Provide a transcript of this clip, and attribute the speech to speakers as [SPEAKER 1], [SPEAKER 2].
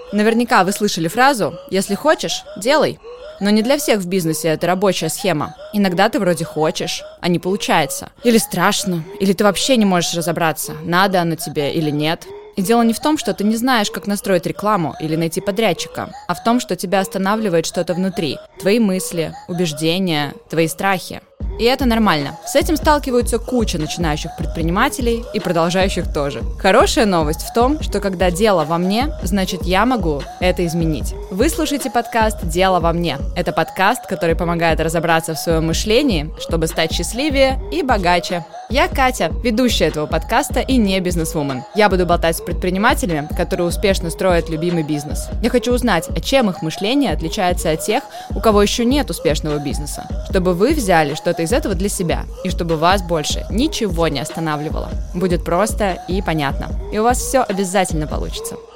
[SPEAKER 1] Наверняка вы слышали фразу «если хочешь, делай». Но не для всех в бизнесе это рабочая схема. Иногда ты вроде хочешь, а не получается. Или страшно, или ты вообще не можешь разобраться, надо оно тебе или нет. И дело не в том, что ты не знаешь, как настроить рекламу или найти подрядчика, а в том, что тебя останавливает что-то внутри. Твои мысли, убеждения, твои страхи. И это нормально. С этим сталкиваются куча начинающих предпринимателей и продолжающих тоже. Хорошая новость в том, что когда дело во мне, значит я могу это изменить. Вы слушаете подкаст «Дело во мне». Это подкаст, который помогает разобраться в своем мышлении, чтобы стать счастливее и богаче. Я Катя, ведущая этого подкаста и не бизнесвумен. Я буду болтать с предпринимателями, которые успешно строят любимый бизнес. Я хочу узнать, чем их мышление отличается от тех, у кого еще нет успешного бизнеса, чтобы вы взяли что-то из этого для себя, и чтобы вас больше ничего не останавливало. Будет просто и понятно. И у вас все обязательно получится.